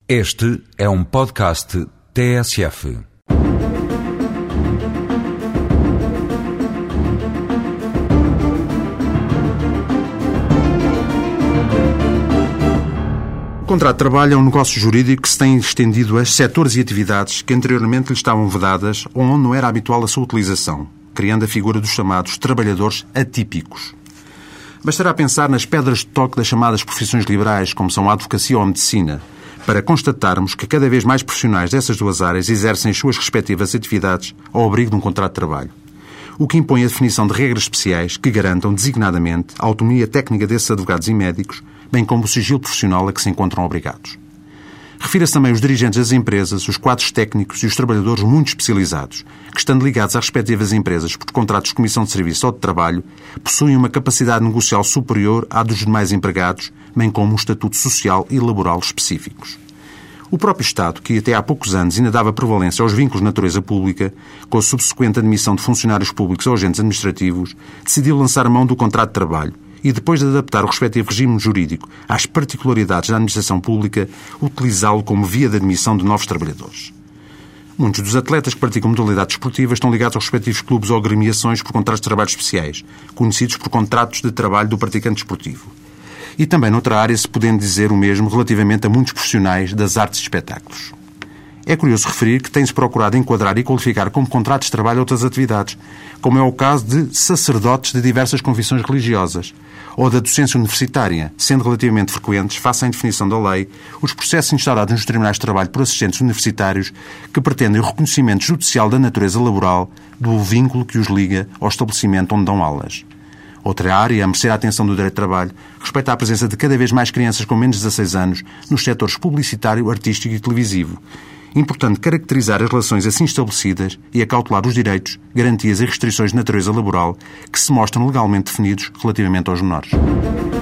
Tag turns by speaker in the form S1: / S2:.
S1: Este é um podcast TSF.
S2: O contrato de trabalho é um negócio jurídico que se tem estendido a setores e atividades que anteriormente lhe estavam vedadas ou onde não era habitual a sua utilização, criando a figura dos chamados trabalhadores atípicos. Bastará pensar nas pedras de toque das chamadas profissões liberais, como são a advocacia ou a medicina, para constatarmos que cada vez mais profissionais dessas duas áreas exercem as suas respectivas atividades ao abrigo de um contrato de trabalho, o que impõe a definição de regras especiais que garantam designadamente a autonomia técnica desses advogados e médicos, bem como o sigilo profissional a que se encontram obrigados. Refira-se também os dirigentes das empresas, os quadros técnicos e os trabalhadores muito especializados, que, estando ligados às respectivas empresas por contratos de comissão de serviço ou de trabalho, possuem uma capacidade negocial superior à dos demais empregados, bem como um estatuto social e laboral específicos. O próprio Estado, que até há poucos anos ainda dava prevalência aos vínculos de natureza pública, com a subsequente admissão de funcionários públicos ou agentes administrativos, decidiu lançar mão do contrato de trabalho e, depois de adaptar o respectivo regime jurídico às particularidades da administração pública, utilizá-lo como via de admissão de novos trabalhadores. Muitos dos atletas que praticam modalidades esportivas estão ligados aos respectivos clubes ou agremiações por contratos de trabalho especiais, conhecidos por contratos de trabalho do praticante esportivo. E também noutra área se podendo dizer o mesmo relativamente a muitos profissionais das artes e espetáculos. É curioso referir que tem-se procurado enquadrar e qualificar como contratos de trabalho outras atividades, como é o caso de sacerdotes de diversas confissões religiosas, ou da docência universitária, sendo relativamente frequentes, face à indefinição da lei, os processos instaurados nos tribunais de trabalho por assistentes universitários que pretendem o reconhecimento judicial da natureza laboral do vínculo que os liga ao estabelecimento onde dão aulas. Outra área, a merecer a atenção do direito de trabalho, respeita a presença de cada vez mais crianças com menos de 16 anos nos setores publicitário, artístico e televisivo. Importante caracterizar as relações assim estabelecidas e acautelar os direitos, garantias e restrições de natureza laboral que se mostram legalmente definidos relativamente aos menores.